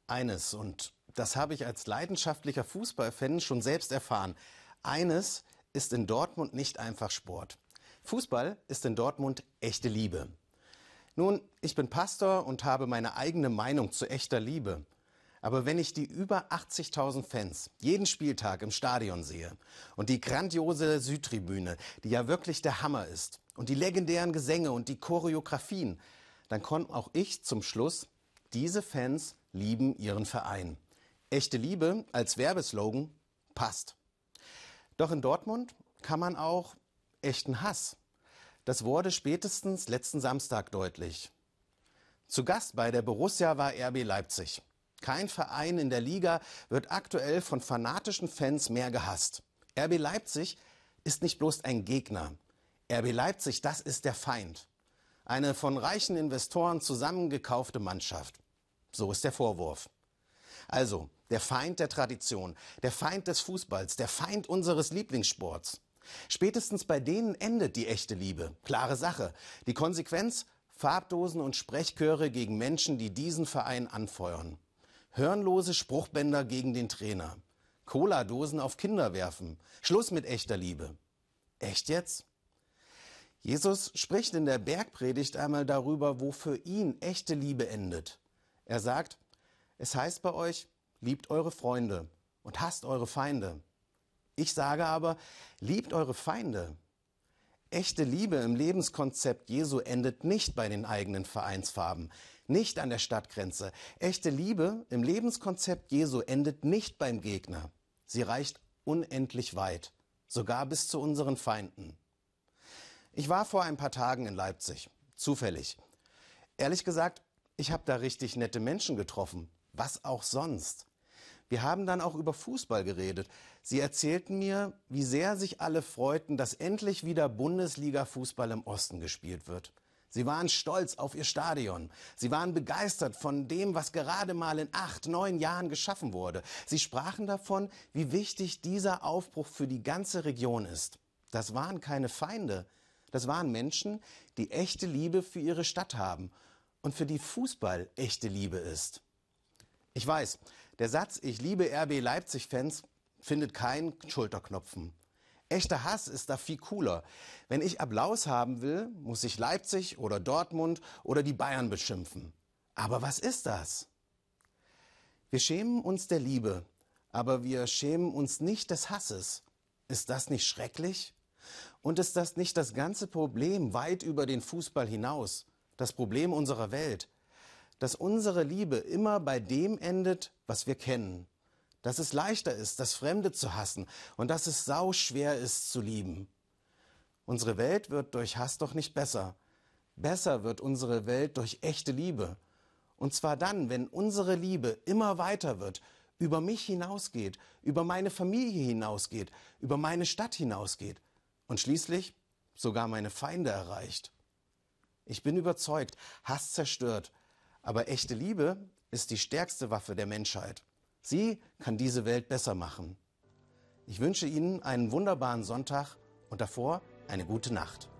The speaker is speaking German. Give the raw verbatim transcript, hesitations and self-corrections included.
Eines, und das habe ich als leidenschaftlicher Fußballfan schon selbst erfahren. Eines ist in Dortmund nicht einfach Sport. Fußball ist in Dortmund echte Liebe. Nun, ich bin Pastor und habe meine eigene Meinung zu echter Liebe. Aber wenn ich die über achtzigtausend Fans jeden Spieltag im Stadion sehe und die grandiose Südtribüne, die ja wirklich der Hammer ist, und die legendären Gesänge und die Choreografien, dann komme auch ich zum Schluss, diese Fans lieben ihren Verein. Echte Liebe als Werbeslogan passt. Doch in Dortmund kann man auch echten Hass. Das wurde spätestens letzten Samstag deutlich. Zu Gast bei der Borussia war R B Leipzig. Kein Verein in der Liga wird aktuell von fanatischen Fans mehr gehasst. R B Leipzig ist nicht bloß ein Gegner. R B Leipzig, das ist der Feind. Eine von reichen Investoren zusammengekaufte Mannschaft. So ist der Vorwurf. Also, der Feind der Tradition, der Feind des Fußballs, der Feind unseres Lieblingssports. Spätestens bei denen endet die echte Liebe. Klare Sache. Die Konsequenz? Farbdosen und Sprechchöre gegen Menschen, die diesen Verein anfeuern. Hirnlose Spruchbänder gegen den Trainer. Cola-Dosen auf Kinder werfen. Schluss mit echter Liebe. Echt jetzt? Jesus spricht in der Bergpredigt einmal darüber, wo für ihn echte Liebe endet. Er sagt, es heißt bei euch, liebt eure Freunde und hasst eure Feinde. Ich sage aber, liebt eure Feinde. Echte Liebe im Lebenskonzept Jesu endet nicht bei den eigenen Vereinsfarben, nicht an der Stadtgrenze. Echte Liebe im Lebenskonzept Jesu endet nicht beim Gegner. Sie reicht unendlich weit, sogar bis zu unseren Feinden. Ich war vor ein paar Tagen in Leipzig, zufällig. Ehrlich gesagt, ich habe da richtig nette Menschen getroffen. Was auch sonst. Wir haben dann auch über Fußball geredet. Sie erzählten mir, wie sehr sich alle freuten, dass endlich wieder Bundesliga-Fußball im Osten gespielt wird. Sie waren stolz auf ihr Stadion. Sie waren begeistert von dem, was gerade mal in acht, neun Jahren geschaffen wurde. Sie sprachen davon, wie wichtig dieser Aufbruch für die ganze Region ist. Das waren keine Feinde. Das waren Menschen, die echte Liebe für ihre Stadt haben und für die Fußball echte Liebe ist. Ich weiß, der Satz, ich liebe R B Leipzig-Fans, findet keinen Schulterklopfen. Echter Hass ist da viel cooler. Wenn ich Applaus haben will, muss ich Leipzig oder Dortmund oder die Bayern beschimpfen. Aber was ist das? Wir schämen uns der Liebe, aber wir schämen uns nicht des Hasses. Ist das nicht schrecklich? Und ist das nicht das ganze Problem weit über den Fußball hinaus? Das Problem unserer Welt? Dass unsere Liebe immer bei dem endet, was wir kennen. Dass es leichter ist, das Fremde zu hassen und dass es sauschwer ist zu lieben. Unsere Welt wird durch Hass doch nicht besser. Besser wird unsere Welt durch echte Liebe. Und zwar dann, wenn unsere Liebe immer weiter wird, über mich hinausgeht, über meine Familie hinausgeht, über meine Stadt hinausgeht und schließlich sogar meine Feinde erreicht. Ich bin überzeugt, Hass zerstört. Aber echte Liebe ist die stärkste Waffe der Menschheit. Sie kann diese Welt besser machen. Ich wünsche Ihnen einen wunderbaren Sonntag und davor eine gute Nacht.